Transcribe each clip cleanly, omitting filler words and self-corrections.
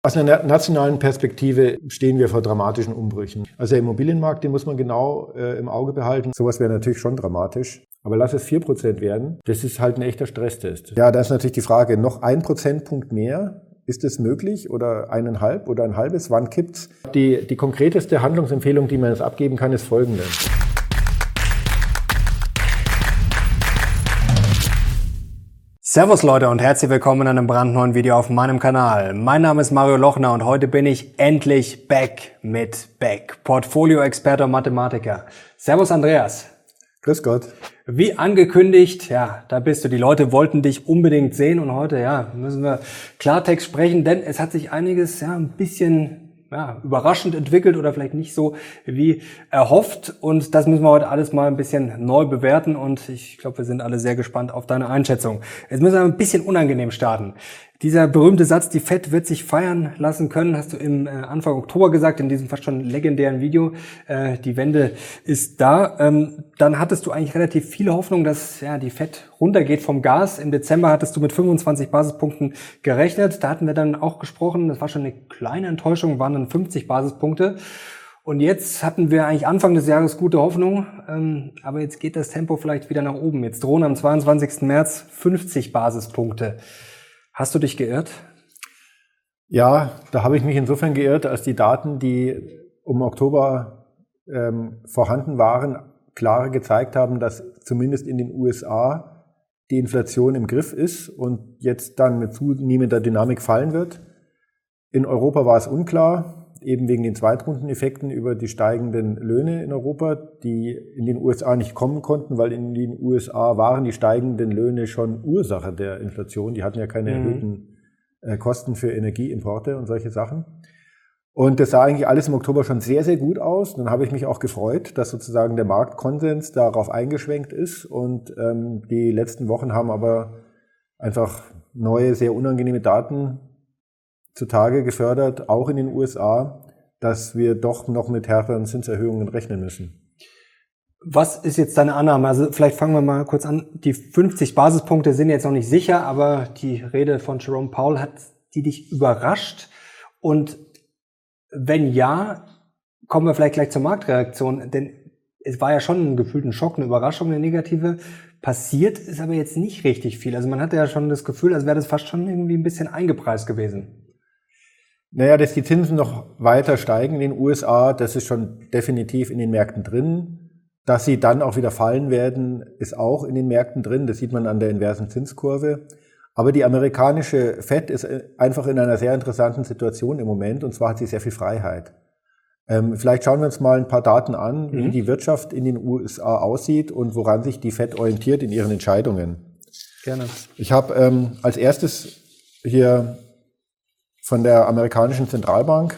Aus einer nationalen Perspektive stehen wir vor dramatischen Umbrüchen. Also der Immobilienmarkt, den muss man genau im Auge behalten. Sowas wäre natürlich schon dramatisch. Aber lass es 4% werden. Das ist halt ein echter Stresstest. Ja, da ist natürlich die Frage, noch 1 Prozentpunkt mehr. Ist es möglich oder 1,5 oder ein halbes? Wann kippt's? Die konkreteste Handlungsempfehlung, die man jetzt abgeben kann, ist folgende. Servus Leute und herzlich willkommen in einem brandneuen Video auf meinem Kanal. Mein Name ist Mario Lochner und heute bin ich endlich back mit Beck, Portfolio-Experte und Mathematiker. Servus Andreas. Grüß Gott. Wie angekündigt, ja, da bist du. Die Leute wollten dich unbedingt sehen und heute, ja, müssen wir Klartext sprechen, denn es hat sich einiges, ja, ein bisschen überraschend entwickelt oder vielleicht nicht so wie erhofft. Und das müssen wir heute alles mal ein bisschen neu bewerten. Und ich glaube, wir sind alle sehr gespannt auf deine Einschätzung. Jetzt müssen wir ein bisschen unangenehm starten. Dieser berühmte Satz, die Fed wird sich feiern lassen können, hast du im Anfang Oktober gesagt, in diesem fast schon legendären Video. Die Wende ist da. Dann hattest du eigentlich relativ viele Hoffnung, dass die Fed runtergeht vom Gas. Im Dezember hattest du mit 25 Basispunkten gerechnet. Da hatten wir dann auch gesprochen, das war schon eine kleine Enttäuschung, waren dann 50 Basispunkte. Und jetzt hatten wir eigentlich Anfang des Jahres gute Hoffnung, aber jetzt geht das Tempo vielleicht wieder nach oben. Jetzt drohen am 22. März 50 Basispunkte. Hast du dich geirrt? Ja, da habe ich mich insofern geirrt, als die Daten, die um Oktober vorhanden waren, klar gezeigt haben, dass zumindest in den USA die Inflation im Griff ist und jetzt dann mit zunehmender Dynamik fallen wird. In Europa war es unklar, eben wegen den Zweitrundeneffekten über die steigenden Löhne in Europa, die in den USA nicht kommen konnten, weil in den USA waren die steigenden Löhne schon Ursache der Inflation. Die hatten ja keine erhöhten Kosten für Energieimporte und solche Sachen. Und das sah eigentlich alles im Oktober schon sehr, sehr gut aus. Dann habe ich mich auch gefreut, dass sozusagen der Marktkonsens darauf eingeschwenkt ist. Und die letzten Wochen haben aber einfach neue, sehr unangenehme Daten zutage gefördert, auch in den USA, dass wir doch noch mit härteren Zinserhöhungen rechnen müssen. Was ist jetzt deine Annahme? Also vielleicht fangen wir mal kurz an. Die 50 Basispunkte sind jetzt noch nicht sicher, aber die Rede von Jerome Powell, hat die dich überrascht? Und wenn ja, kommen wir vielleicht gleich zur Marktreaktion, denn es war ja schon ein gefühlten Schock, eine Überraschung, eine negative. Passiert ist aber jetzt nicht richtig viel. Also man hatte ja schon das Gefühl, als wäre das fast schon irgendwie ein bisschen eingepreist gewesen. Naja, dass die Zinsen noch weiter steigen in den USA, das ist schon definitiv in den Märkten drin. Dass sie dann auch wieder fallen werden, ist auch in den Märkten drin. Das sieht man an der inversen Zinskurve. Aber die amerikanische Fed ist einfach in einer sehr interessanten Situation im Moment. Und zwar hat sie sehr viel Freiheit. Vielleicht schauen wir uns mal ein paar Daten an, wie die Wirtschaft in den USA aussieht und woran sich die Fed orientiert in ihren Entscheidungen. Gerne. Ich habe als erstes hier von der amerikanischen Zentralbank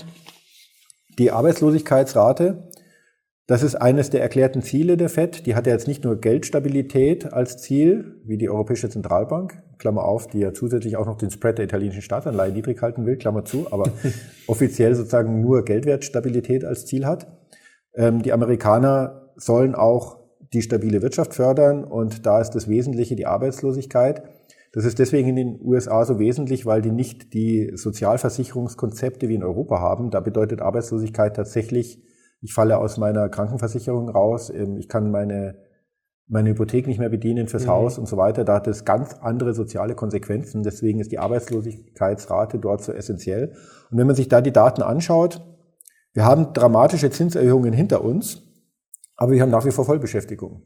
die Arbeitslosigkeitsrate. Das ist eines der erklärten Ziele der FED. Die hat ja jetzt nicht nur Geldstabilität als Ziel, wie die Europäische Zentralbank, Klammer auf, die ja zusätzlich auch noch den Spread der italienischen Staatsanleihe niedrig halten will, Klammer zu, aber offiziell sozusagen nur Geldwertstabilität als Ziel hat. Die Amerikaner sollen auch die stabile Wirtschaft fördern und da ist das Wesentliche die Arbeitslosigkeit. Das ist deswegen in den USA so wesentlich, weil die nicht die Sozialversicherungskonzepte wie in Europa haben. Da bedeutet Arbeitslosigkeit tatsächlich, ich falle aus meiner Krankenversicherung raus, ich kann meine Hypothek nicht mehr bedienen fürs Haus und so weiter. Da hat es ganz andere soziale Konsequenzen. Deswegen ist die Arbeitslosigkeitsrate dort so essentiell. Und wenn man sich da die Daten anschaut, wir haben dramatische Zinserhöhungen hinter uns, aber wir haben nach wie vor Vollbeschäftigung.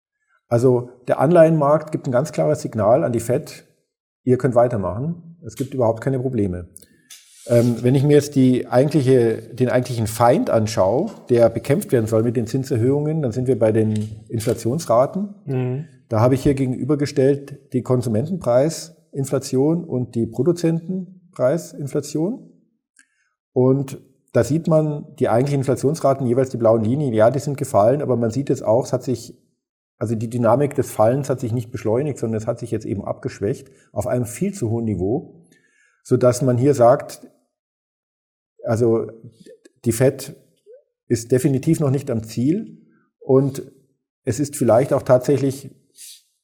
Also der Anleihenmarkt gibt ein ganz klares Signal an die Fed, ihr könnt weitermachen, es gibt überhaupt keine Probleme. Wenn ich mir jetzt den eigentlichen Feind anschaue, der bekämpft werden soll mit den Zinserhöhungen, dann sind wir bei den Inflationsraten. Da habe ich hier gegenübergestellt die Konsumentenpreisinflation und die Produzentenpreisinflation. Und da sieht man die eigentlichen Inflationsraten, jeweils die blauen Linien, ja, die sind gefallen, aber man sieht jetzt auch, also die Dynamik des Fallens hat sich nicht beschleunigt, sondern es hat sich jetzt eben abgeschwächt auf einem viel zu hohen Niveau, so dass man hier sagt, also die Fed ist definitiv noch nicht am Ziel und es ist vielleicht auch tatsächlich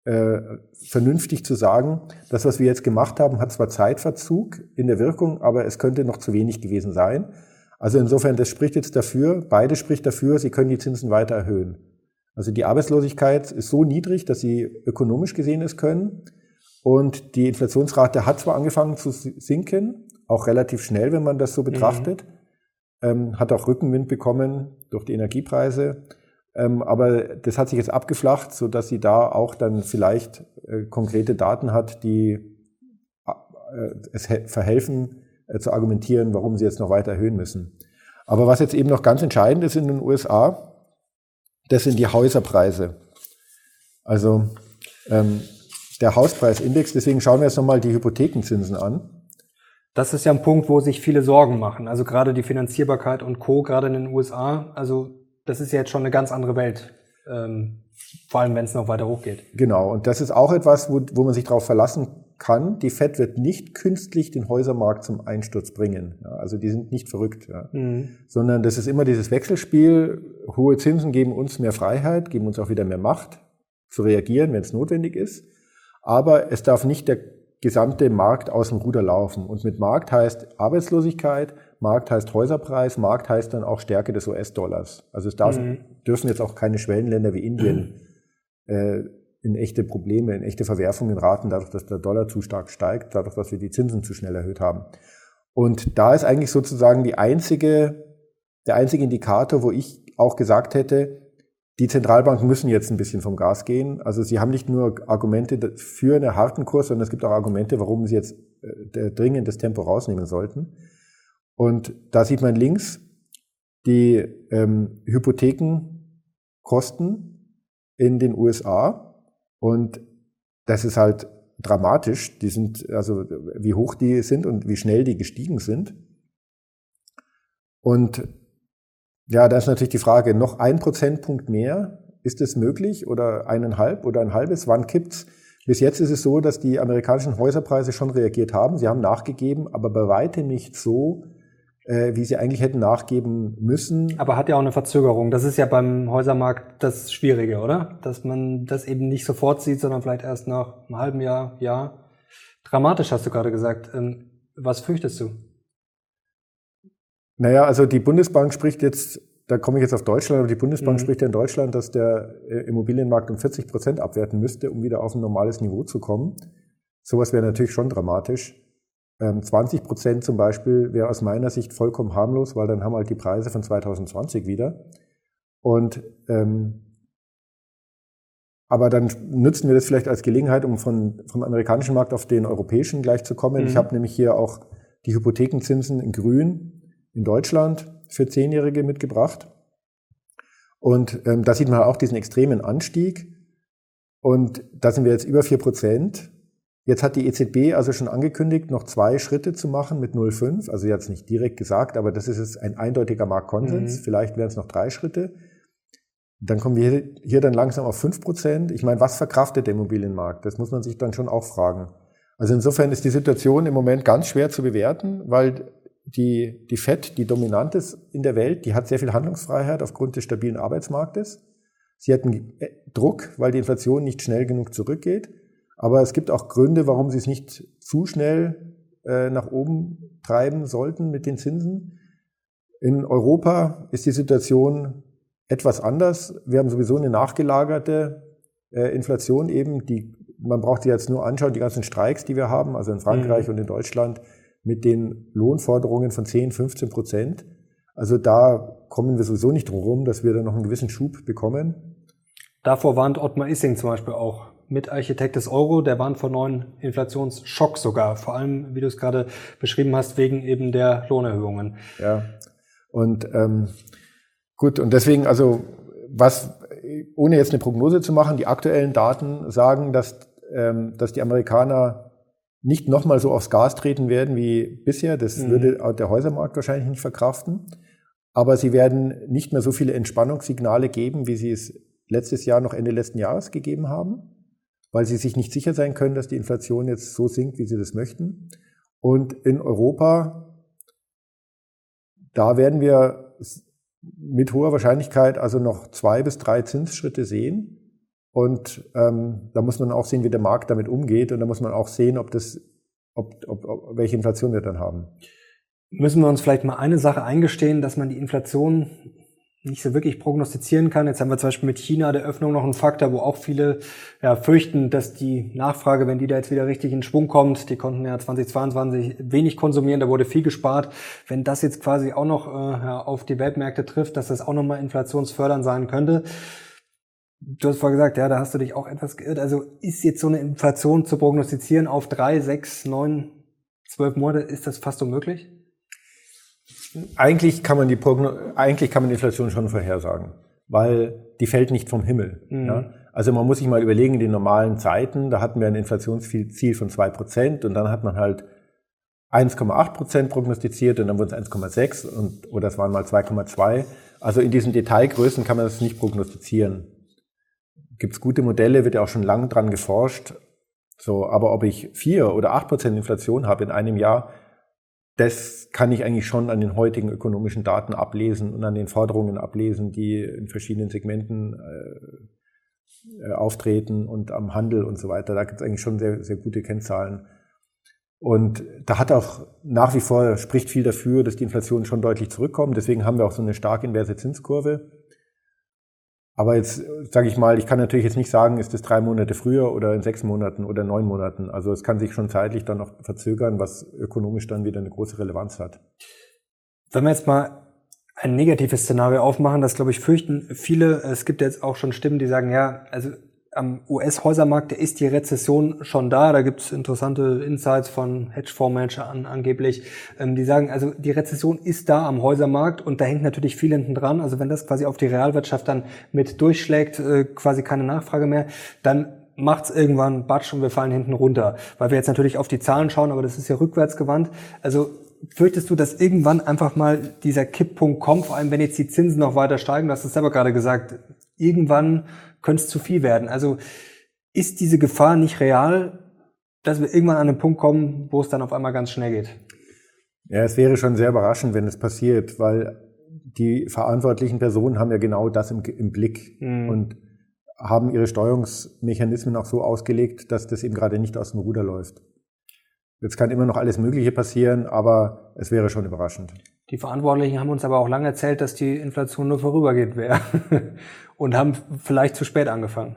vernünftig zu sagen, das, was wir jetzt gemacht haben, hat zwar Zeitverzug in der Wirkung, aber es könnte noch zu wenig gewesen sein. Also insofern, das spricht jetzt dafür, beides spricht dafür, sie können die Zinsen weiter erhöhen. Also die Arbeitslosigkeit ist so niedrig, dass sie ökonomisch gesehen es können. Und die Inflationsrate hat zwar angefangen zu sinken, auch relativ schnell, wenn man das so betrachtet, hat auch Rückenwind bekommen durch die Energiepreise. Aber das hat sich jetzt abgeflacht, so dass sie da auch dann vielleicht konkrete Daten hat, die es verhelfen zu argumentieren, warum sie jetzt noch weiter erhöhen müssen. Aber was jetzt eben noch ganz entscheidend ist in den USA, das sind die Häuserpreise. Also der Hauspreisindex, deswegen schauen wir jetzt nochmal die Hypothekenzinsen an. Das ist ja ein Punkt, wo sich viele Sorgen machen. Also gerade die Finanzierbarkeit und Co., gerade in den USA, also das ist ja jetzt schon eine ganz andere Welt, vor allem wenn es noch weiter hochgeht. Genau, und das ist auch etwas, wo man sich darauf verlassen kann. Die Fed wird nicht künstlich den Häusermarkt zum Einsturz bringen. Ja, also die sind nicht verrückt, ja. Sondern das ist immer dieses Wechselspiel. Hohe Zinsen geben uns mehr Freiheit, geben uns auch wieder mehr Macht zu reagieren, wenn es notwendig ist. Aber es darf nicht der gesamte Markt aus dem Ruder laufen. Und mit Markt heißt Arbeitslosigkeit, Markt heißt Häuserpreis, Markt heißt dann auch Stärke des US-Dollars. Also es dürfen jetzt auch keine Schwellenländer wie Indien in echte Probleme, in echte Verwerfungen raten, dadurch, dass der Dollar zu stark steigt, dadurch, dass wir die Zinsen zu schnell erhöht haben. Und da ist eigentlich sozusagen der einzige Indikator, wo ich auch gesagt hätte, die Zentralbanken müssen jetzt ein bisschen vom Gas gehen. Also sie haben nicht nur Argumente für einen harten Kurs, sondern es gibt auch Argumente, warum sie jetzt dringend das Tempo rausnehmen sollten. Und da sieht man links die Hypothekenkosten in den USA. Und das ist halt dramatisch. Die sind, also wie hoch die sind und wie schnell die gestiegen sind. Und ja, da ist natürlich die Frage, noch 1 Prozentpunkt mehr, ist es möglich oder 1,5 oder ein halbes? Wann kippt's? Bis jetzt ist es so, dass die amerikanischen Häuserpreise schon reagiert haben. Sie haben nachgegeben, aber bei weitem nicht so, wie sie eigentlich hätten nachgeben müssen. Aber hat ja auch eine Verzögerung. Das ist ja beim Häusermarkt das Schwierige, oder? Dass man das eben nicht sofort sieht, sondern vielleicht erst nach einem halben Jahr. Dramatisch, hast du gerade gesagt. Was fürchtest du? Naja, also die Bundesbank spricht jetzt, da komme ich jetzt auf Deutschland, aber die Bundesbank spricht ja in Deutschland, dass der Immobilienmarkt um 40% abwerten müsste, um wieder auf ein normales Niveau zu kommen. Sowas wäre natürlich schon dramatisch. 20% zum Beispiel wäre aus meiner Sicht vollkommen harmlos, weil dann haben halt die Preise von 2020 wieder. Und aber dann nutzen wir das vielleicht als Gelegenheit, um vom amerikanischen Markt auf den europäischen gleich zu kommen. Ich habe nämlich hier auch die Hypothekenzinsen in Grün in Deutschland für 10-Jährige mitgebracht. Und da sieht man auch diesen extremen Anstieg. Und da sind wir jetzt über 4%. Jetzt hat die EZB also schon angekündigt, noch 2 Schritte zu machen mit 0,5. Also sie hat es nicht direkt gesagt, aber das ist jetzt ein eindeutiger Marktkonsens. Vielleicht wären es noch 3 Schritte. Dann kommen wir hier dann langsam auf 5%. Ich meine, was verkraftet der Immobilienmarkt? Das muss man sich dann schon auch fragen. Also insofern ist die Situation im Moment ganz schwer zu bewerten, weil die Fed, die dominant ist in der Welt, die hat sehr viel Handlungsfreiheit aufgrund des stabilen Arbeitsmarktes. Sie hat einen Druck, weil die Inflation nicht schnell genug zurückgeht. Aber es gibt auch Gründe, warum sie es nicht zu schnell nach oben treiben sollten mit den Zinsen. In Europa ist die Situation etwas anders. Wir haben sowieso eine nachgelagerte Inflation eben. Man braucht sich jetzt nur anschauen, die ganzen Streiks, die wir haben, also in Frankreich und in Deutschland, mit den Lohnforderungen von 10-15%. Also da kommen wir sowieso nicht drum rum, dass wir da noch einen gewissen Schub bekommen. Davor warnt Ottmar Issing zum Beispiel auch, Mitarchitekt des Euro, der warnt vor neuen Inflationsschock sogar. Vor allem, wie du es gerade beschrieben hast, wegen eben der Lohnerhöhungen. Ja, und gut, und deswegen, also ohne jetzt eine Prognose zu machen, die aktuellen Daten sagen, dass die Amerikaner nicht nochmal so aufs Gas treten werden wie bisher. Das würde der Häusermarkt wahrscheinlich nicht verkraften. Aber sie werden nicht mehr so viele Entspannungssignale geben, wie sie es letztes Jahr, noch Ende letzten Jahres gegeben haben, weil sie sich nicht sicher sein können, dass die Inflation jetzt so sinkt, wie sie das möchten. Und in Europa, da werden wir mit hoher Wahrscheinlichkeit also noch 2 bis 3 Zinsschritte sehen. Und da muss man auch sehen, wie der Markt damit umgeht. Und da muss man auch sehen, welche Inflation wir dann haben. Müssen wir uns vielleicht mal eine Sache eingestehen, dass man die Inflation nicht so wirklich prognostizieren kann. Jetzt haben wir zum Beispiel mit China der Öffnung noch einen Faktor, wo auch viele fürchten, dass die Nachfrage, wenn die da jetzt wieder richtig in Schwung kommt, die konnten ja 2022 wenig konsumieren, da wurde viel gespart. Wenn das jetzt quasi auch noch auf die Weltmärkte trifft, dass das auch nochmal inflationsfördernd sein könnte. Du hast vorher gesagt, ja, da hast du dich auch etwas geirrt. Also ist jetzt so eine Inflation zu prognostizieren auf 3, 6, 9, 12 Monate, ist das fast unmöglich? Eigentlich kann man die Inflation schon vorhersagen, weil die fällt nicht vom Himmel. Mhm. Ja? Also man muss sich mal überlegen, in den normalen Zeiten, da hatten wir ein Inflationsziel von 2% und dann hat man halt 1,8% prognostiziert und dann wurden es 1,6 oder es waren mal 2,2. Also in diesen Detailgrößen kann man das nicht prognostizieren. Gibt es gute Modelle, wird ja auch schon lange dran geforscht. So, aber ob ich 4 oder 8% Inflation habe in einem Jahr, das kann ich eigentlich schon an den heutigen ökonomischen Daten ablesen und an den Forderungen ablesen, die in verschiedenen Segmenten auftreten und am Handel und so weiter. Da gibt es eigentlich schon sehr, sehr gute Kennzahlen. Und da hat auch nach wie vor, spricht viel dafür, dass die Inflation schon deutlich zurückkommt. Deswegen haben wir auch so eine stark inverse Zinskurve. Aber jetzt sage ich mal, ich kann natürlich jetzt nicht sagen, ist das 3 Monate früher oder in 6 Monaten oder 9 Monaten. Also es kann sich schon zeitlich dann noch verzögern, was ökonomisch dann wieder eine große Relevanz hat. Wenn wir jetzt mal ein negatives Szenario aufmachen, das glaube ich fürchten viele. Es gibt jetzt auch schon Stimmen, die sagen, ja, also am US-Häusermarkt, da ist die Rezession schon da. Da gibt es interessante Insights von Hedgefondsmanagern angeblich, die sagen, also die Rezession ist da am Häusermarkt und da hängt natürlich viel hinten dran. Also wenn das quasi auf die Realwirtschaft dann mit durchschlägt, quasi keine Nachfrage mehr, dann macht's irgendwann Batsch und wir fallen hinten runter. Weil wir jetzt natürlich auf die Zahlen schauen, aber das ist ja rückwärts gewandt. Also fürchtest du, dass irgendwann einfach mal dieser Kipppunkt kommt, vor allem wenn jetzt die Zinsen noch weiter steigen? Du hast es selber gerade gesagt, irgendwann könnte es zu viel werden. Also ist diese Gefahr nicht real, dass wir irgendwann an einen Punkt kommen, wo es dann auf einmal ganz schnell geht? Ja, es wäre schon sehr überraschend, wenn es passiert, weil die verantwortlichen Personen haben ja genau das im Blick und haben ihre Steuerungsmechanismen auch so ausgelegt, dass das eben gerade nicht aus dem Ruder läuft. Jetzt kann immer noch alles Mögliche passieren, aber es wäre schon überraschend. Die Verantwortlichen haben uns aber auch lange erzählt, dass die Inflation nur vorübergehend wäre und haben vielleicht zu spät angefangen.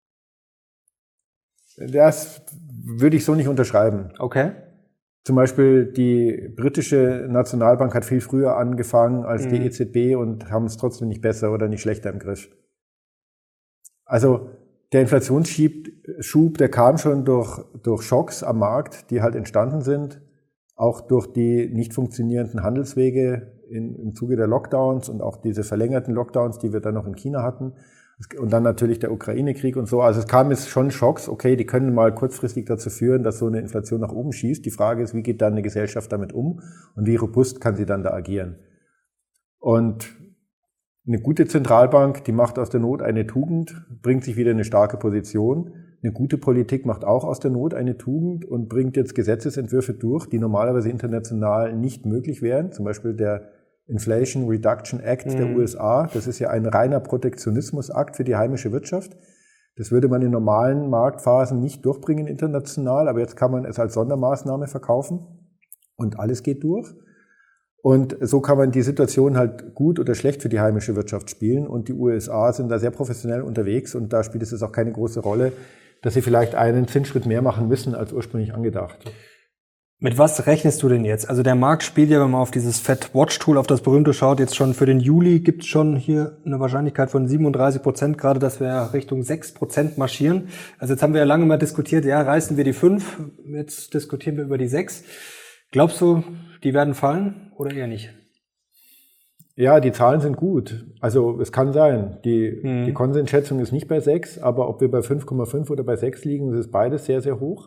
Das würde ich so nicht unterschreiben. Okay. Zum Beispiel die britische Nationalbank hat viel früher angefangen als die EZB und haben es trotzdem nicht besser oder nicht schlechter im Griff. Also der Inflationsschub, der kam schon durch Schocks am Markt, die halt entstanden sind, auch durch die nicht funktionierenden Handelswege im Zuge der Lockdowns und auch diese verlängerten Lockdowns, die wir dann noch in China hatten. Und dann natürlich der Ukraine-Krieg und so. Also es kam jetzt schon Schocks, okay, die können mal kurzfristig dazu führen, dass so eine Inflation nach oben schießt. Die Frage ist, wie geht dann eine Gesellschaft damit um und wie robust kann sie dann da agieren? Und eine gute Zentralbank, die macht aus der Not eine Tugend, bringt sich wieder in eine starke Position. Eine gute Politik macht auch aus der Not eine Tugend und bringt jetzt Gesetzesentwürfe durch, die normalerweise international nicht möglich wären. Zum Beispiel der Inflation Reduction Act der USA. Das ist ja ein reiner Protektionismusakt für die heimische Wirtschaft. Das würde man in normalen Marktphasen nicht durchbringen international, aber jetzt kann man es als Sondermaßnahme verkaufen und alles geht durch. Und so kann man die Situation halt gut oder schlecht für die heimische Wirtschaft spielen. Und die USA sind da sehr professionell unterwegs und da spielt es jetzt auch keine große Rolle, dass sie vielleicht einen Zinsschritt mehr machen müssen als ursprünglich angedacht. Mit was rechnest du denn jetzt? Also der Markt spielt ja, wenn man auf dieses Fed Watch Tool, auf das berühmte schaut, jetzt schon für den Juli gibt es schon hier eine Wahrscheinlichkeit von 37%, gerade dass wir Richtung 6% marschieren. Also jetzt haben wir ja lange mal diskutiert, ja, reißen wir die 5, jetzt diskutieren wir über die 6. Glaubst du, die werden fallen oder eher nicht? Ja, die Zahlen sind gut. Also es kann sein. Die Konsensschätzung ist nicht bei 6, aber ob wir bei 5,5 oder bei 6 liegen, das ist beides sehr, sehr hoch.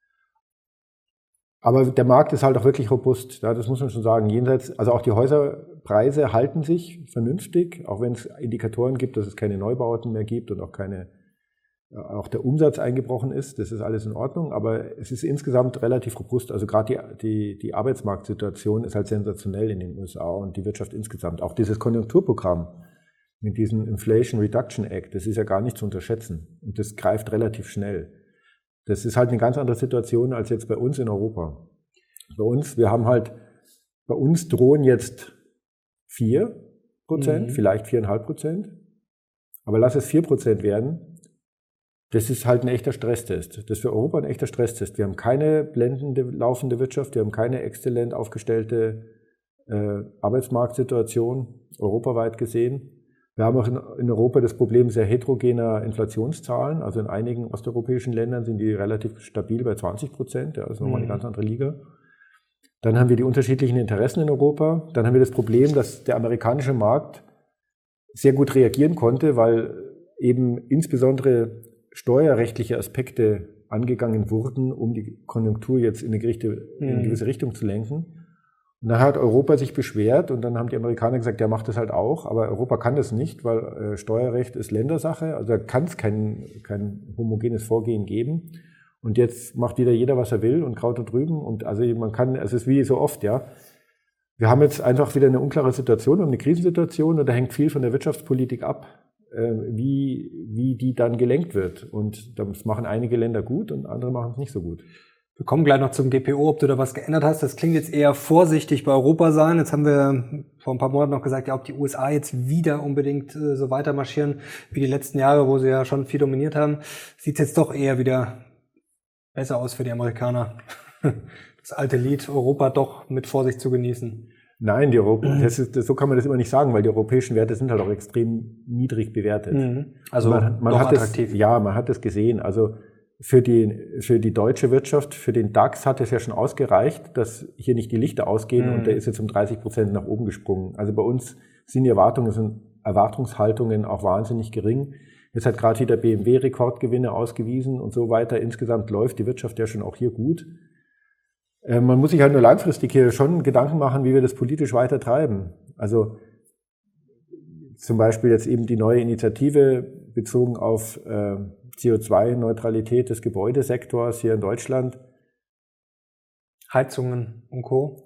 Aber der Markt ist halt auch wirklich robust. Ja, das muss man schon sagen. Jenseits, also auch die Häuserpreise halten sich vernünftig, auch wenn es Indikatoren gibt, dass es keine Neubauten mehr gibt und auch der Umsatz eingebrochen ist. Das ist alles in Ordnung, aber es ist insgesamt relativ robust. Also gerade die Arbeitsmarktsituation ist halt sensationell in den USA und die Wirtschaft insgesamt. Auch dieses Konjunkturprogramm mit diesem Inflation Reduction Act, das ist ja gar nicht zu unterschätzen. Und das greift relativ schnell. Das ist halt eine ganz andere Situation als jetzt bei uns in Europa. Bei uns drohen jetzt 4%, vielleicht 4,5%. Aber lass es 4% werden. Das ist halt ein echter Stresstest. Das ist für Europa ein echter Stresstest. Wir haben keine blendende, laufende Wirtschaft, wir haben keine exzellent aufgestellte Arbeitsmarktsituation, europaweit gesehen. Wir haben auch in Europa das Problem sehr heterogener Inflationszahlen. Also in einigen osteuropäischen Ländern sind die relativ stabil bei 20%. Ja, das ist nochmal eine ganz andere Liga. Dann haben wir die unterschiedlichen Interessen in Europa. Dann haben wir das Problem, dass der amerikanische Markt sehr gut reagieren konnte, weil eben insbesondere steuerrechtliche Aspekte angegangen wurden, um die Konjunktur jetzt in eine gewisse Richtung zu lenken. Und dann hat Europa sich beschwert und dann haben die Amerikaner gesagt, der macht das halt auch, aber Europa kann das nicht, weil Steuerrecht ist Ländersache, also da kann es kein homogenes Vorgehen geben. Und jetzt macht wieder jeder, was er will und Kraut und Rüben. Und also es ist wie so oft, ja. Wir haben jetzt einfach wieder eine unklare Situation und eine Krisensituation und da hängt viel von der Wirtschaftspolitik ab, wie die dann gelenkt wird. Und das machen einige Länder gut und andere machen es nicht so gut. Wir kommen gleich noch zum GPO, ob du da was geändert hast. Das klingt jetzt eher vorsichtig bei Europa sein. Jetzt haben wir vor ein paar Monaten noch gesagt, ja, ob die USA jetzt wieder unbedingt so weiter marschieren wie die letzten Jahre, wo sie ja schon viel dominiert haben. Sieht jetzt doch eher wieder besser aus für die Amerikaner. Das alte Lied, Europa doch mit Vorsicht zu genießen. Nein, so kann man das immer nicht sagen, weil die europäischen Werte sind halt auch extrem niedrig bewertet. Also man doch hat attraktiv. Man hat das gesehen. Also für die deutsche Wirtschaft, für den DAX hat es ja schon ausgereicht, dass hier nicht die Lichter ausgehen und der ist jetzt um 30% nach oben gesprungen. Also bei uns sind die Erwartungshaltungen auch wahnsinnig gering. Jetzt hat gerade wieder BMW Rekordgewinne ausgewiesen und so weiter. Insgesamt läuft die Wirtschaft ja schon auch hier gut. Man muss sich halt nur langfristig hier schon Gedanken machen, wie wir das politisch weiter treiben. Also zum Beispiel jetzt eben die neue Initiative bezogen auf CO2-Neutralität des Gebäudesektors hier in Deutschland. Heizungen und Co.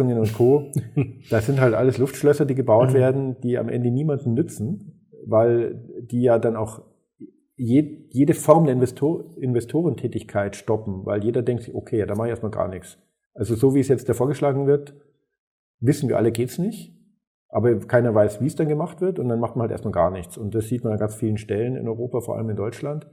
Das sind halt alles Luftschlösser, die gebaut werden, die am Ende niemanden nützen, weil die ja dann auch jede Form der Investorentätigkeit stoppen, weil jeder denkt sich, okay, ja, da mache ich erstmal gar nichts. Also so wie es jetzt da vorgeschlagen wird, wissen wir alle, geht's nicht. Aber keiner weiß, wie es dann gemacht wird und dann macht man halt erstmal gar nichts. Und das sieht man an ganz vielen Stellen in Europa, vor allem in Deutschland.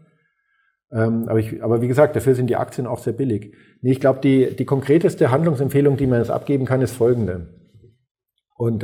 Aber wie gesagt, dafür sind die Aktien auch sehr billig. Nee, ich glaube, die konkreteste Handlungsempfehlung, die man jetzt abgeben kann, ist folgende. Und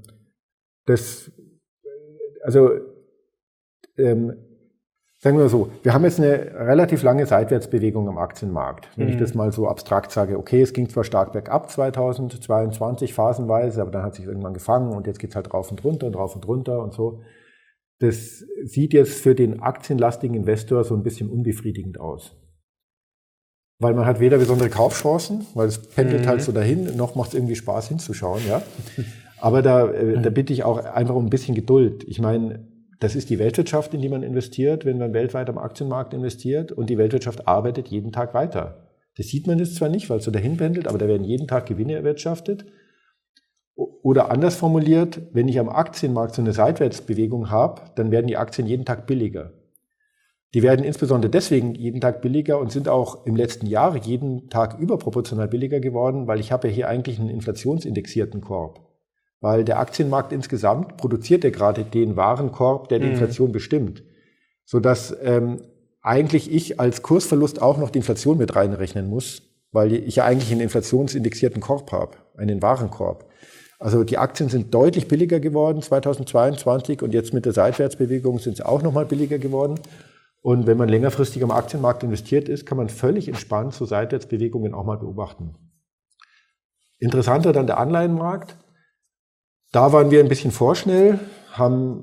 sagen wir mal so, wir haben jetzt eine relativ lange Seitwärtsbewegung am Aktienmarkt. Wenn ich das mal so abstrakt sage, okay, es ging zwar stark bergab 2022 phasenweise, aber dann hat sich irgendwann gefangen und jetzt geht's halt rauf und runter und so. Das sieht jetzt für den aktienlastigen Investor so ein bisschen unbefriedigend aus. Weil man hat weder besondere Kaufchancen, weil es pendelt halt so dahin, noch macht es irgendwie Spaß hinzuschauen, ja. Aber da bitte ich auch einfach um ein bisschen Geduld. Ich meine, das ist die Weltwirtschaft, in die man investiert, wenn man weltweit am Aktienmarkt investiert. Und die Weltwirtschaft arbeitet jeden Tag weiter. Das sieht man jetzt zwar nicht, weil es so dahin pendelt, aber da werden jeden Tag Gewinne erwirtschaftet. Oder anders formuliert, wenn ich am Aktienmarkt so eine Seitwärtsbewegung habe, dann werden die Aktien jeden Tag billiger. Die werden insbesondere deswegen jeden Tag billiger und sind auch im letzten Jahr jeden Tag überproportional billiger geworden, weil ich habe ja hier eigentlich einen inflationsindexierten Korb. Weil der Aktienmarkt insgesamt produziert ja gerade den Warenkorb, der die Inflation bestimmt. Sodass eigentlich ich als Kursverlust auch noch die Inflation mit reinrechnen muss, weil ich ja eigentlich einen inflationsindexierten Korb habe, einen Warenkorb. Also die Aktien sind deutlich billiger geworden 2022 und jetzt mit der Seitwärtsbewegung sind sie auch nochmal billiger geworden. Und wenn man längerfristig am Aktienmarkt investiert ist, kann man völlig entspannt so Seitwärtsbewegungen auch mal beobachten. Interessanter dann der Anleihenmarkt. Da waren wir ein bisschen vorschnell, haben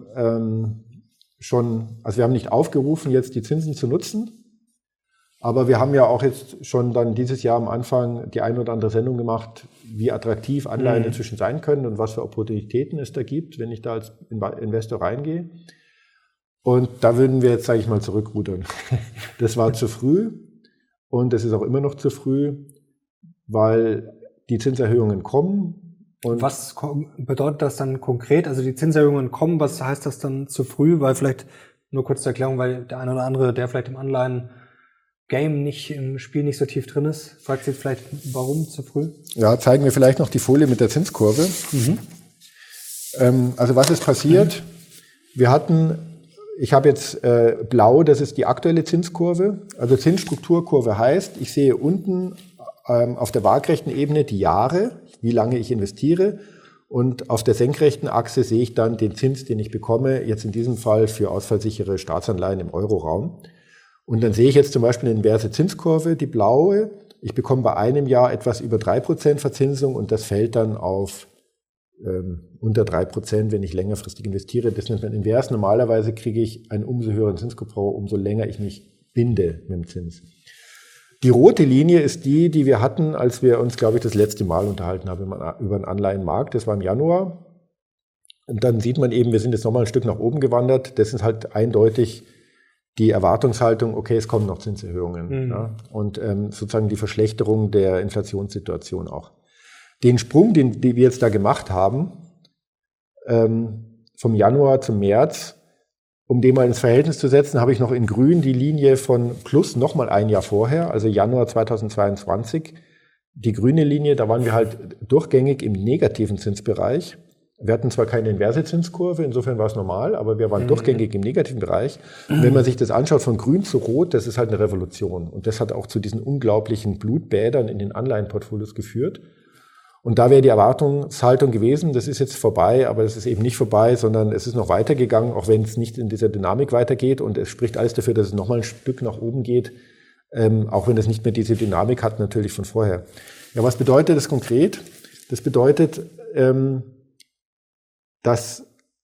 wir haben nicht aufgerufen, jetzt die Zinsen zu nutzen, aber wir haben ja auch jetzt schon dann dieses Jahr am Anfang die ein oder andere Sendung gemacht, wie attraktiv Anleihen inzwischen sein können und was für Opportunitäten es da gibt, wenn ich da als Investor reingehe. Und da würden wir jetzt, sage ich mal, zurückrudern. Das war zu früh und das ist auch immer noch zu früh, weil die Zinserhöhungen kommen. Und was bedeutet das dann konkret? Also die Zinserhöhungen kommen, was heißt das dann zu früh? Weil vielleicht, nur kurz zur Erklärung, weil der eine oder andere, der vielleicht im Anleihen-Game im Spiel nicht so tief drin ist, fragt sich vielleicht, warum zu früh? Ja, zeigen wir vielleicht noch die Folie mit der Zinskurve. Also was ist passiert? Ich habe jetzt blau, das ist die aktuelle Zinskurve. Also Zinsstrukturkurve heißt, ich sehe unten auf der waagrechten Ebene die Jahre, wie lange ich investiere. Und auf der senkrechten Achse sehe ich dann den Zins, den ich bekomme, jetzt in diesem Fall für ausfallsichere Staatsanleihen im Euroraum. Und dann sehe ich jetzt zum Beispiel eine inverse Zinskurve, die blaue. Ich bekomme bei einem Jahr etwas über 3% Verzinsung und das fällt dann auf unter 3%, wenn ich längerfristig investiere. Das nennt man invers. Normalerweise kriege ich einen umso höheren Zinsverbrauch, umso länger ich mich binde mit dem Zins. Die rote Linie ist die wir hatten, als wir uns, glaube ich, das letzte Mal unterhalten haben über den Anleihenmarkt. Das war im Januar. Und dann sieht man eben, wir sind jetzt nochmal ein Stück nach oben gewandert. Das ist halt eindeutig die Erwartungshaltung, okay, es kommen noch Zinserhöhungen. Ja, und sozusagen die Verschlechterung der Inflationssituation auch. Den Sprung, den wir jetzt da gemacht haben, vom Januar zum März, um den mal ins Verhältnis zu setzen, habe ich noch in grün die Linie von plus nochmal ein Jahr vorher, also Januar 2022. Die grüne Linie, da waren wir halt durchgängig im negativen Zinsbereich. Wir hatten zwar keine inverse Zinskurve, insofern war es normal, aber wir waren durchgängig im negativen Bereich. Und wenn man sich das anschaut von grün zu rot, das ist halt eine Revolution. Und das hat auch zu diesen unglaublichen Blutbädern in den Anleihenportfolios geführt. Und da wäre die Erwartungshaltung gewesen, das ist jetzt vorbei, aber das ist eben nicht vorbei, sondern es ist noch weitergegangen, auch wenn es nicht in dieser Dynamik weitergeht. Und es spricht alles dafür, dass es nochmal ein Stück nach oben geht, auch wenn es nicht mehr diese Dynamik hat, natürlich von vorher. Ja, was bedeutet das konkret? Das bedeutet, dass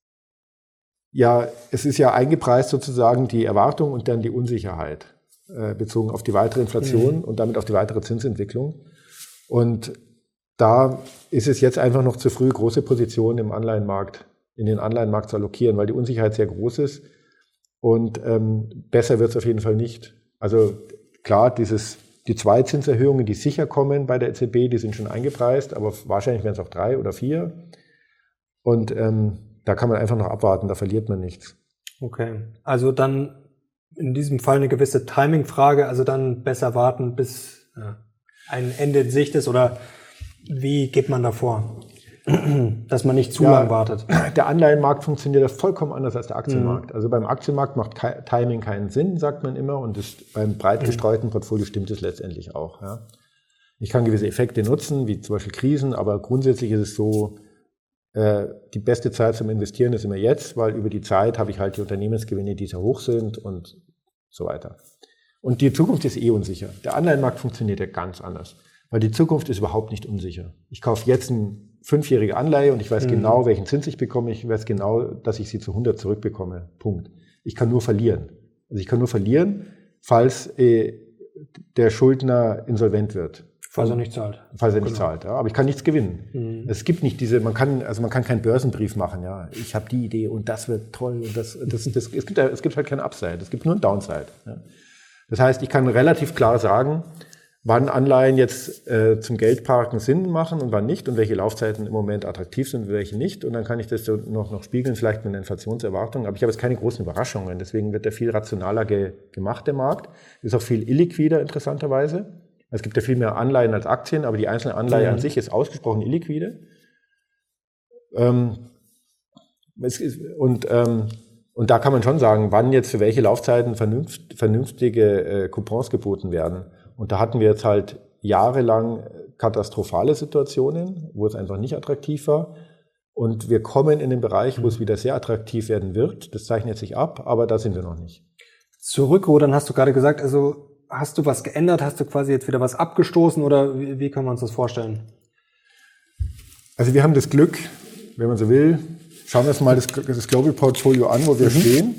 es ist ja eingepreist sozusagen die Erwartung und dann die Unsicherheit bezogen auf die weitere Inflation und damit auf die weitere Zinsentwicklung. Und da ist es jetzt einfach noch zu früh, große Positionen in den Anleihenmarkt zu allokieren, weil die Unsicherheit sehr groß ist und besser wird es auf jeden Fall nicht. Also klar, die 2 Zinserhöhungen, die sicher kommen bei der EZB, die sind schon eingepreist, aber wahrscheinlich werden es auch 3 oder 4. Und da kann man einfach noch abwarten, da verliert man nichts. Okay, also dann in diesem Fall eine gewisse Timing-Frage, also dann besser warten, bis ein Ende in Sicht ist, oder wie geht man da vor, dass man nicht zu lang wartet? Der Anleihenmarkt funktioniert ja vollkommen anders als der Aktienmarkt. Also beim Aktienmarkt macht Timing keinen Sinn, sagt man immer, und beim breit gestreuten Portfolio stimmt es letztendlich auch. Ja. Ich kann gewisse Effekte nutzen, wie zum Beispiel Krisen, aber grundsätzlich ist es so, die beste Zeit zum Investieren ist immer jetzt, weil über die Zeit habe ich halt die Unternehmensgewinne, die sehr hoch sind und so weiter. Und die Zukunft ist unsicher. Der Anleihenmarkt funktioniert ja ganz anders. Weil die Zukunft ist überhaupt nicht unsicher. Ich kaufe jetzt eine 5-jährige Anleihe und ich weiß genau, welchen Zins ich bekomme. Ich weiß genau, dass ich sie zu 100 zurückbekomme. Punkt. Ich kann nur verlieren. Also ich kann nur verlieren, falls der Schuldner insolvent wird. Falls er nicht zahlt. Falls er nicht zahlt, ja. Aber ich kann nichts gewinnen. Es gibt nicht man kann keinen Börsenbrief machen, ja. Ich habe die Idee und das wird toll und es gibt halt kein Upside. Es gibt nur ein Downside. Ja. Das heißt, ich kann relativ klar sagen, wann Anleihen jetzt zum Geldparken Sinn machen und wann nicht und welche Laufzeiten im Moment attraktiv sind und welche nicht. Und dann kann ich das so noch spiegeln, vielleicht mit einer Inflationserwartung. Aber ich habe jetzt keine großen Überraschungen. Deswegen wird der viel rationaler gemacht, der Markt. Ist auch viel illiquider, interessanterweise. Es gibt ja viel mehr Anleihen als Aktien, aber die einzelne Anleihe an sich ist ausgesprochen illiquide. Und da kann man schon sagen, wann jetzt für welche Laufzeiten vernünftige Coupons geboten werden. Und da hatten wir jetzt halt jahrelang katastrophale Situationen, wo es einfach nicht attraktiv war. Und wir kommen in den Bereich, wo es wieder sehr attraktiv werden wird. Das zeichnet sich ab, aber da sind wir noch nicht. Zurückrudern hast du gerade gesagt, also hast du was geändert? Hast du quasi jetzt wieder was abgestoßen oder wie können wir uns das vorstellen? Also wir haben das Glück, wenn man so will, schauen wir uns mal das Global Portfolio an, wo wir stehen.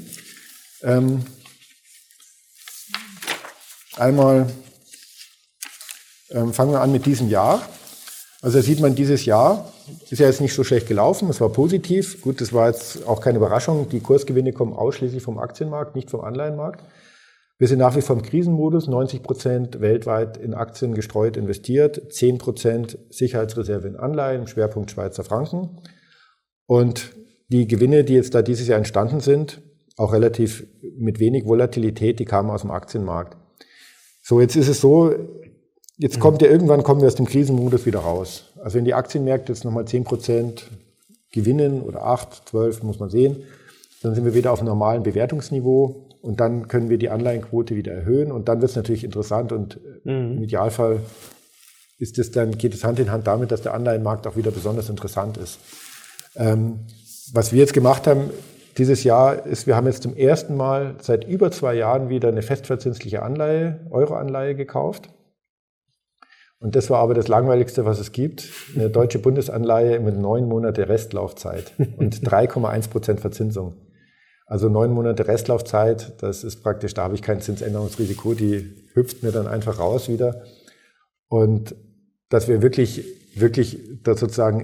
Einmal fangen wir an mit diesem Jahr. Also da sieht man, dieses Jahr ist ja jetzt nicht so schlecht gelaufen, es war positiv. Gut, das war jetzt auch keine Überraschung. Die Kursgewinne kommen ausschließlich vom Aktienmarkt, nicht vom Anleihenmarkt. Wir sind nach wie vor im Krisenmodus, 90% weltweit in Aktien gestreut investiert, 10% Sicherheitsreserve in Anleihen, Schwerpunkt Schweizer Franken. Und die Gewinne, die jetzt da dieses Jahr entstanden sind, auch relativ mit wenig Volatilität, die kamen aus dem Aktienmarkt. So, jetzt ist es so, jetzt kommen wir aus dem Krisenmodus wieder raus. Also wenn die Aktienmärkte jetzt nochmal 10% gewinnen oder 8, 12, muss man sehen, dann sind wir wieder auf einem normalen Bewertungsniveau und dann können wir die Anleihenquote wieder erhöhen und dann wird es natürlich interessant und im Idealfall geht es Hand in Hand damit, dass der Anleihenmarkt auch wieder besonders interessant ist. Was wir jetzt gemacht haben dieses Jahr ist, wir haben jetzt zum ersten Mal seit über 2 Jahren wieder eine festverzinsliche Anleihe, Euro-Anleihe gekauft. Und das war aber das Langweiligste, was es gibt. Eine deutsche Bundesanleihe mit 9 Monate Restlaufzeit und 3,1% Verzinsung. Also 9 Monate Restlaufzeit, das ist praktisch, da habe ich kein Zinsänderungsrisiko, die hüpft mir dann einfach raus wieder. Und dass wir wirklich da sozusagen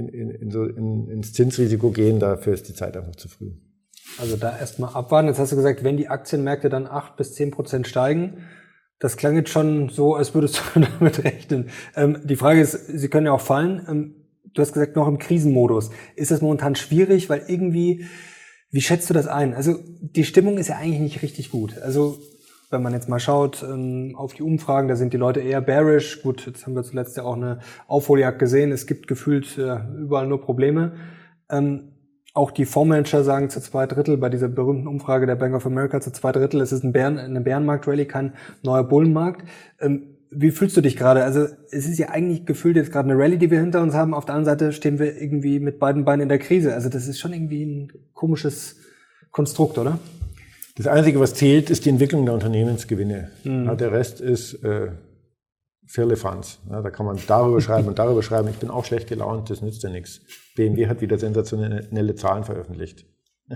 ins Zinsrisiko gehen, dafür ist die Zeit einfach zu früh. Also da erstmal abwarten. Jetzt hast du gesagt, wenn die Aktienmärkte dann 8-10% steigen, das klang jetzt schon so, als würdest du damit rechnen. Die Frage ist, sie können ja auch fallen. Du hast gesagt, noch im Krisenmodus. Ist das momentan schwierig, weil irgendwie, wie schätzt du das ein? Also die Stimmung ist ja eigentlich nicht richtig gut. Also wenn man jetzt mal schaut auf die Umfragen, da sind die Leute eher bearish. Gut, jetzt haben wir zuletzt ja auch eine Aufholjagd gesehen. Es gibt gefühlt überall nur Probleme. Auch die Fondsmanager sagen zu 2/3 bei dieser berühmten Umfrage der Bank of America zu 2/3, es ist eine Bärenmarkt-Rallye, kein neuer Bullenmarkt. Wie fühlst du dich gerade? Also es ist ja eigentlich gefühlt jetzt gerade eine Rallye, die wir hinter uns haben. Auf der anderen Seite stehen wir irgendwie mit beiden Beinen in der Krise. Also das ist schon irgendwie ein komisches Konstrukt, oder? Das Einzige, was zählt, ist die Entwicklung der Unternehmensgewinne. Ja, der Rest ist Firlefanz. Ja, da kann man darüber schreiben und darüber schreiben. Ich bin auch schlecht gelaunt, das nützt ja nichts. BMW hat wieder sensationelle Zahlen veröffentlicht.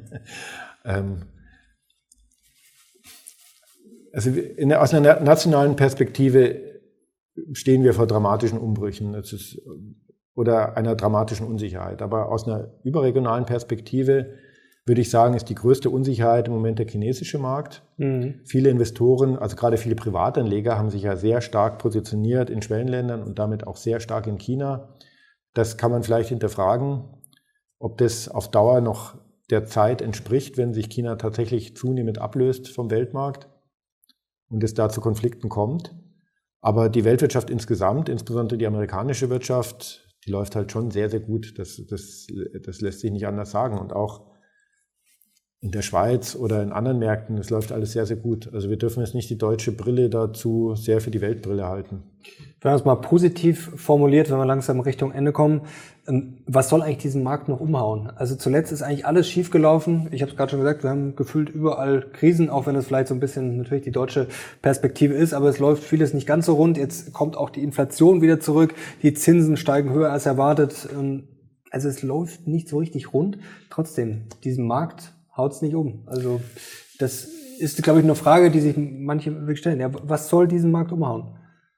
Also aus einer nationalen Perspektive stehen wir vor dramatischen Umbrüchen oder einer dramatischen Unsicherheit. Aber aus einer überregionalen Perspektive würde ich sagen, ist die größte Unsicherheit im Moment der chinesische Markt. Viele Investoren, also gerade viele Privatanleger, haben sich ja sehr stark positioniert in Schwellenländern und damit auch sehr stark in China. Das kann man vielleicht hinterfragen, ob das auf Dauer noch der Zeit entspricht, wenn sich China tatsächlich zunehmend ablöst vom Weltmarkt und es da zu Konflikten kommt. Aber die Weltwirtschaft insgesamt, insbesondere die amerikanische Wirtschaft, die läuft halt schon sehr, sehr gut. Das lässt sich nicht anders sagen. Und auch in der Schweiz oder in anderen Märkten, das läuft alles sehr, sehr gut. Also wir dürfen jetzt nicht die deutsche Brille dazu sehr für die Weltbrille halten. Wenn man es mal positiv formuliert, wenn wir langsam Richtung Ende kommen, was soll eigentlich diesen Markt noch umhauen? Also zuletzt ist eigentlich alles schiefgelaufen. Ich habe es gerade schon gesagt, wir haben gefühlt überall Krisen, auch wenn es vielleicht so ein bisschen natürlich die deutsche Perspektive ist, aber es läuft vieles nicht ganz so rund. Jetzt kommt auch die Inflation wieder zurück, die Zinsen steigen höher als erwartet. Also es läuft nicht so richtig rund. Trotzdem, diesen Markt haut's nicht um. Also das ist, glaube ich, eine Frage, die sich manche wirklich stellen. Ja, was soll diesen Markt umhauen?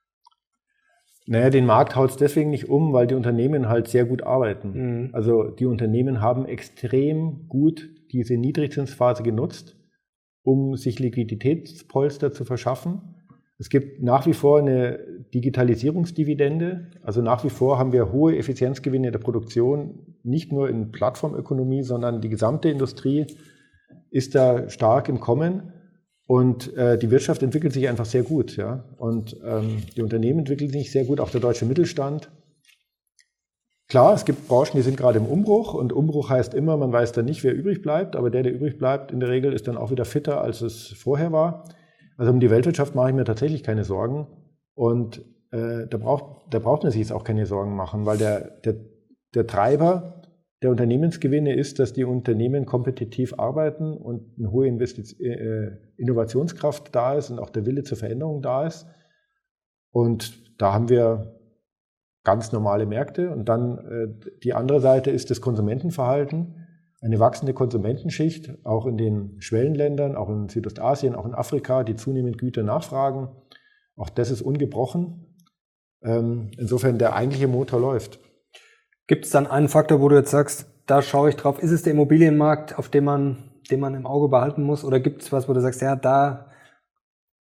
Naja, den Markt haut's deswegen nicht um, weil die Unternehmen halt sehr gut arbeiten. Also die Unternehmen haben extrem gut diese Niedrigzinsphase genutzt, um sich Liquiditätspolster zu verschaffen. Es gibt nach wie vor eine Digitalisierungsdividende. Also nach wie vor haben wir hohe Effizienzgewinne der Produktion, nicht nur in Plattformökonomie, sondern die gesamte Industrie ist da stark im Kommen. Und die Wirtschaft entwickelt sich einfach sehr gut. Ja? Und die Unternehmen entwickeln sich sehr gut, auch der deutsche Mittelstand. Klar, es gibt Branchen, die sind gerade im Umbruch. Und Umbruch heißt immer, man weiß dann nicht, wer übrig bleibt. Aber der übrig bleibt, in der Regel ist dann auch wieder fitter, als es vorher war. Also um die Weltwirtschaft mache ich mir tatsächlich keine Sorgen. Und da braucht man sich jetzt auch keine Sorgen machen, weil der Treiber der Unternehmensgewinne ist, dass die Unternehmen kompetitiv arbeiten und eine hohe Innovationskraft da ist und auch der Wille zur Veränderung da ist. Und da haben wir ganz normale Märkte. Und dann die andere Seite ist das Konsumentenverhalten. Eine wachsende Konsumentenschicht, auch in den Schwellenländern, auch in Südostasien, auch in Afrika, die zunehmend Güter nachfragen. Auch das ist ungebrochen. Insofern der eigentliche Motor läuft. Gibt es dann einen Faktor, wo du jetzt sagst, da schaue ich drauf, ist es der Immobilienmarkt, auf den man im Auge behalten muss? Oder gibt es was, wo du sagst, ja, da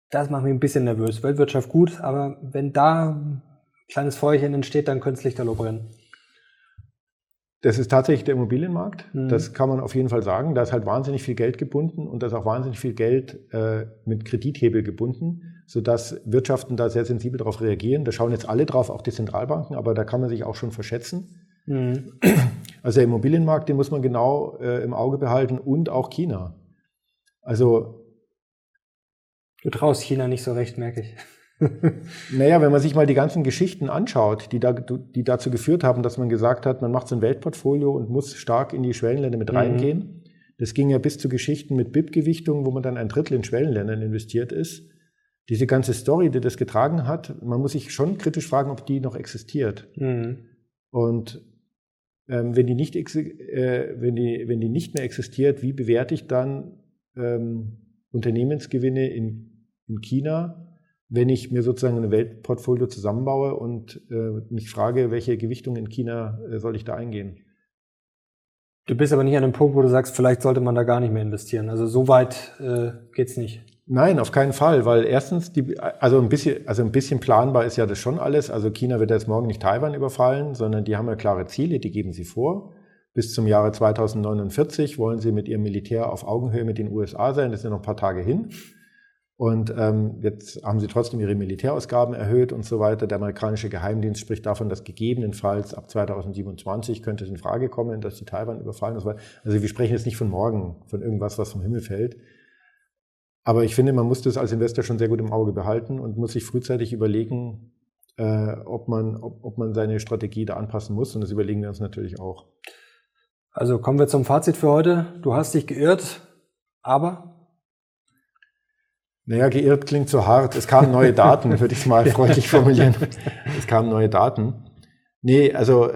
Das macht mich ein bisschen nervös. Weltwirtschaft gut, aber wenn da ein kleines Feuerchen entsteht, dann könnte es lichterloh brennen. Das ist tatsächlich der Immobilienmarkt. Das kann man auf jeden Fall sagen. Da ist halt wahnsinnig viel Geld gebunden und da ist auch wahnsinnig viel Geld mit Kredithebel gebunden, sodass Wirtschaften da sehr sensibel darauf reagieren. Da schauen jetzt alle drauf, auch die Zentralbanken, aber da kann man sich auch schon verschätzen. Also der Immobilienmarkt, den muss man genau im Auge behalten und auch China. Also du traust China nicht so recht, merke ich. Naja, wenn man sich mal die ganzen Geschichten anschaut, die dazu geführt haben, dass man gesagt hat, man macht so ein Weltportfolio und muss stark in die Schwellenländer mit reingehen. Das ging ja bis zu Geschichten mit BIP-Gewichtungen, wo man dann 1/3 in Schwellenländern investiert ist. Diese ganze Story, die das getragen hat, man muss sich schon kritisch fragen, ob die noch existiert. Und wenn die nicht mehr existiert, wie bewerte ich dann Unternehmensgewinne in China, wenn ich mir sozusagen ein Weltportfolio zusammenbaue und mich frage, welche Gewichtung in China soll ich da eingehen? Du bist aber nicht an dem Punkt, wo du sagst, vielleicht sollte man da gar nicht mehr investieren. Also so weit geht's nicht. Nein, auf keinen Fall, weil erstens, ein bisschen planbar ist ja das schon alles. Also China wird jetzt morgen nicht Taiwan überfallen, sondern die haben ja klare Ziele, die geben sie vor. Bis zum Jahre 2049 wollen sie mit ihrem Militär auf Augenhöhe mit den USA sein. Das sind noch ein paar Tage hin. Und jetzt haben sie trotzdem ihre Militärausgaben erhöht und so weiter. Der amerikanische Geheimdienst spricht davon, dass gegebenenfalls ab 2027 könnte es in Frage kommen, dass die Taiwan überfallen. Also wir sprechen jetzt nicht von morgen, von irgendwas, was vom Himmel fällt. Aber ich finde, man muss das als Investor schon sehr gut im Auge behalten und muss sich frühzeitig überlegen, ob man seine Strategie da anpassen muss. Und das überlegen wir uns natürlich auch. Also kommen wir zum Fazit für heute. Du hast dich geirrt, aber... Naja, geirrt klingt so hart. Es kamen neue Daten, würde ich es mal freundlich formulieren. Es kamen neue Daten. Nee, also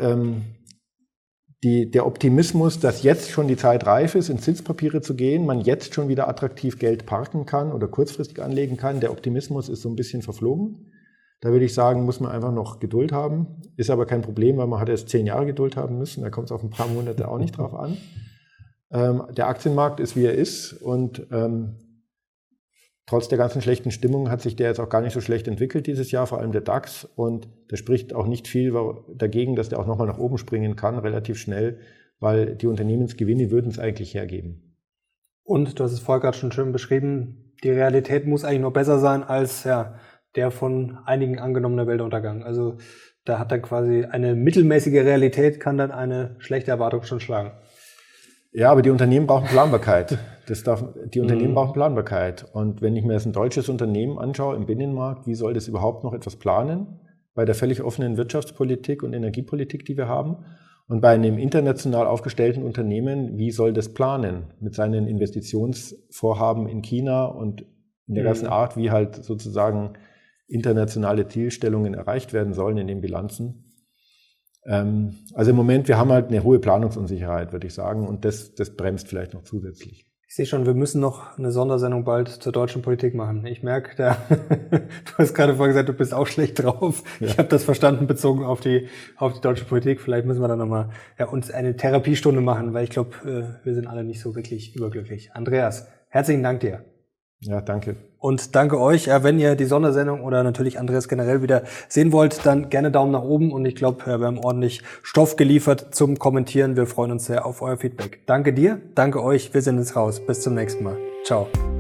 der Optimismus, dass jetzt schon die Zeit reif ist, in Zinspapiere zu gehen, man jetzt schon wieder attraktiv Geld parken kann oder kurzfristig anlegen kann, der Optimismus ist so ein bisschen verflogen. Da würde ich sagen, muss man einfach noch Geduld haben. Ist aber kein Problem, weil man hat erst 10 Jahre Geduld haben müssen. Da kommt es auf ein paar Monate auch nicht drauf an. Der Aktienmarkt ist, wie er ist und trotz der ganzen schlechten Stimmung hat sich der jetzt auch gar nicht so schlecht entwickelt dieses Jahr, vor allem der DAX. Und da spricht auch nicht viel dagegen, dass der auch nochmal nach oben springen kann, relativ schnell, weil die Unternehmensgewinne würden es eigentlich hergeben. Und du hast es vorher gerade schon schön beschrieben, die Realität muss eigentlich noch besser sein als der von einigen angenommene Weltuntergang. Also da hat dann quasi eine mittelmäßige Realität, kann dann eine schlechte Erwartung schon schlagen. Ja, aber die Unternehmen brauchen Planbarkeit. Die Unternehmen brauchen Planbarkeit. Und wenn ich mir jetzt ein deutsches Unternehmen anschaue im Binnenmarkt, wie soll das überhaupt noch etwas planen? Bei der völlig offenen Wirtschaftspolitik und Energiepolitik, die wir haben. Und bei einem international aufgestellten Unternehmen, wie soll das planen? Mit seinen Investitionsvorhaben in China und in der ganzen Art, wie halt sozusagen internationale Zielstellungen erreicht werden sollen in den Bilanzen. Also im Moment, wir haben halt eine hohe Planungsunsicherheit, würde ich sagen, und das bremst vielleicht noch zusätzlich. Ich sehe schon, wir müssen noch eine Sondersendung bald zur deutschen Politik machen. Ich merke, du hast gerade vorhin gesagt, du bist auch schlecht drauf. Ja. Ich habe das verstanden, bezogen auf die deutsche Politik. Vielleicht müssen wir dann nochmal uns eine Therapiestunde machen, weil ich glaube, wir sind alle nicht so wirklich überglücklich. Andreas, herzlichen Dank dir. Ja, danke. Und danke euch. Ja, wenn ihr die Sondersendung oder natürlich Andreas generell wieder sehen wollt, dann gerne Daumen nach oben. Und ich glaube, wir haben ordentlich Stoff geliefert zum Kommentieren. Wir freuen uns sehr auf euer Feedback. Danke dir, danke euch. Wir sind jetzt raus. Bis zum nächsten Mal. Ciao.